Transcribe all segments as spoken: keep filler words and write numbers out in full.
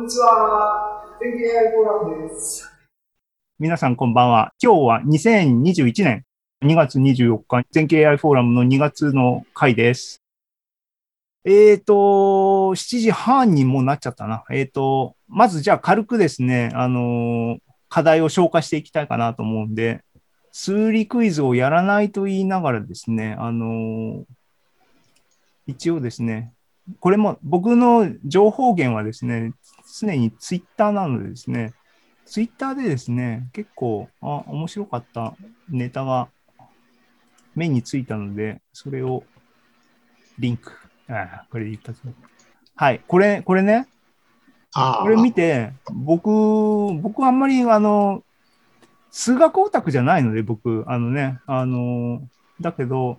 にちは。全景 エーアイ フォーラムです。 皆さんこんばんは。今日はにせんにじゅういちねんにがつにじゅうよっか、全景 エーアイ フォーラムのにがつの回です。えーと、しちじはんにもうなっちゃったな。えーと、まずじゃあ軽くですね、あのー課題を消化していきたいかなと思うんで、数理クイズをやらないと言いながらですね、あのー一応ですね、これも僕の情報源はですね、常にツイッターなのでですね、ツイッターでですね、結構、あ、面白かったネタが目についたので、それをリンク。あ、これ言ったぞ。はい、これ、これね、これああ、 見て、僕、僕あんまり、あの、数学オタクじゃないので、僕、あのね、あの、だけど、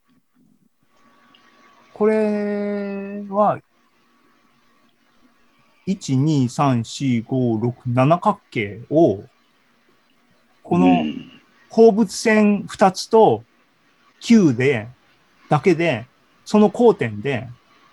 これは、いち、に、さん、よん、ご、ろく、なな角形を、この放物線ふたつときゅうで、だけで、その交点で、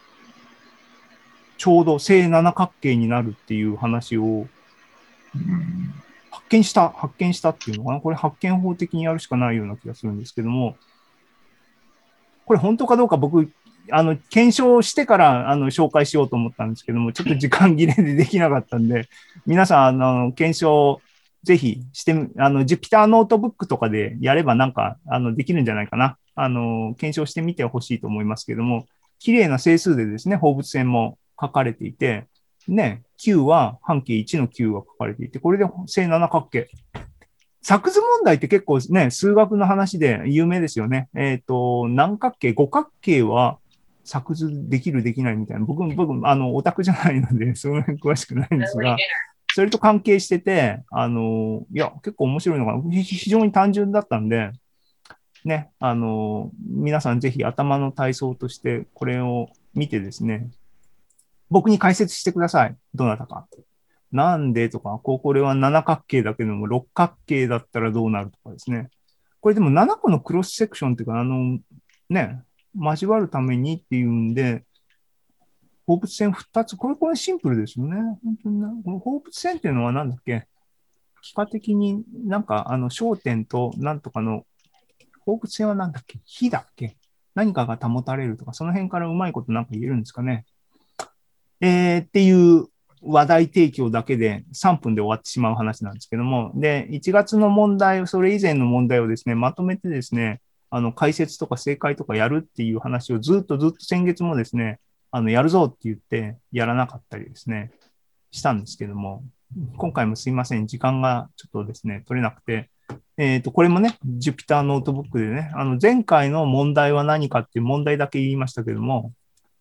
ちょうど正七角形になるっていう話を発見した、発見したっていうのかな。これ発見法的にやるしかないような気がするんですけども、これ本当かどうか僕、あの、検証してからあの紹介しようと思ったんですけども、ちょっと時間切れでできなかったんで、皆さん、あの、検証ぜひして、あの、Jupyter ノートブックとかでやればなんか、あの、できるんじゃないかな。あの、検証してみてほしいと思いますけども、綺麗な整数でですね、放物線も書かれていて、ね、Q は半径いちの Q が書かれていて、これで正七角形。作図問題って結構ね、数学の話で有名ですよね。えっ、と、何角形、五角形は作図できる、できないみたいな。僕、僕、あの、オタクじゃないので、その辺詳しくないんですが、それと関係してて、あの、いや、結構面白いのが、非常に単純だったんで、ね、あの、皆さんぜひ頭の体操としてこれを見てですね、僕に解説してください。どなたか。なんでとか、こうこれは七角形だけども六角形だったらどうなるとかですね。これでもななこのクロスセクションっていうか、あの、ね、交わるためにっていうんで、放物線ふたつ、これこれシンプルですよね。本当になこの放物線っていうのはなんだっけ、幾何的になんかあの焦点となんとかの放物線はなんだっけ、比だっけ、何かが保たれるとか、その辺からうまいことなんか言えるんですかね。えー、っていう話題提供だけでさんぷんで終わってしまう話なんですけども、で、いちがつの問題、それ以前の問題をですね、まとめてですね、あの、解説とか正解とかやるっていう話をずっとずっと先月もですね、あの、やるぞって言ってやらなかったりですね、したんですけども、今回もすいません、時間がちょっとですね、取れなくて、えっ、ー、と、これもね、Jupyter ノートブックでね、あの、前回の問題は何かっていう問題だけ言いましたけども、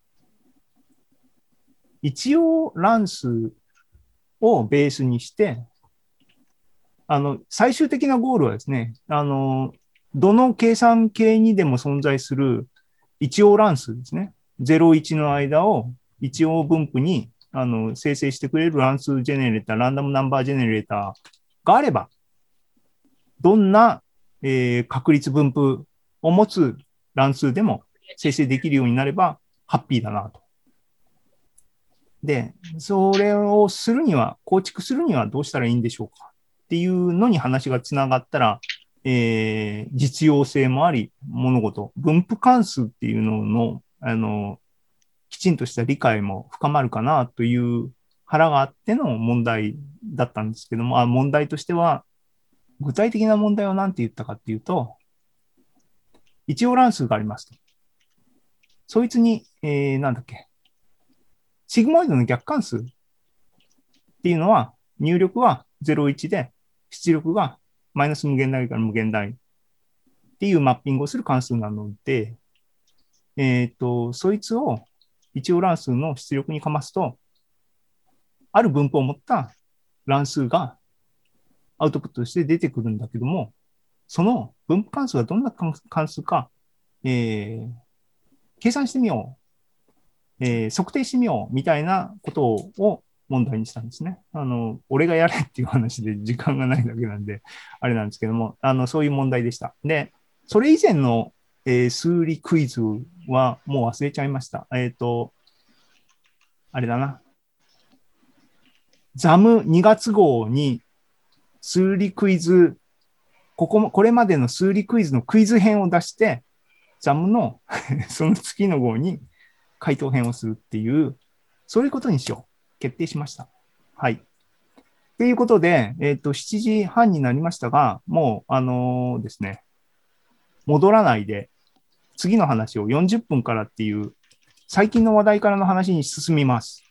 一応乱数をベースにして、あの、最終的なゴールはですね、あの、どの計算形にでも存在する一応乱数ですね。ゼロ、いちの間を一応分布にあの生成してくれる乱数ジェネレーター、ランダムナンバージェネレーターがあれば、どんな、えー確率分布を持つ乱数でも生成できるようになればハッピーだなと。で、それをするには、構築するにはどうしたらいいんでしょうかっていうのに話がつながったら、えー実用性もあり、物事、分布関数っていうのの、あの、きちんとした理解も深まるかなという腹があっての問題だったんですけども、あ、問題としては、具体的な問題は何て言ったかっていうと、一応乱数がありますと。そいつに、えー、なんだっけ、シグモイドの逆関数っていうのは、入力はゼロ、いちで、出力がマイナス無限大から無限大っていうマッピングをする関数なので、えっ、ー、と、そいつを一応乱数の出力にかますと、ある分布を持った乱数がアウトプットとして出てくるんだけども、その分布関数はどんな関数か、えー、計算してみよう、えー、測定してみようみたいなことを問題にしたんですね。あの、俺がやれっていう話で時間がないだけなんで、あれなんですけども、あの、そういう問題でした。で、それ以前の、えー数理クイズはもう忘れちゃいました。えっ、ー、と、あれだな。 ザムにがつ号に数理クイズ、ここも、これまでの数理クイズのクイズ編を出して、ザムのその次の号に回答編をするっていう、そういうことにしよう。決定しました。はい。ということで、えっと、しちじはんになりましたが、もう、あのーですね、戻らないで、次の話をよんじゅっぷんからっていう、最近の話題からの話に進みます。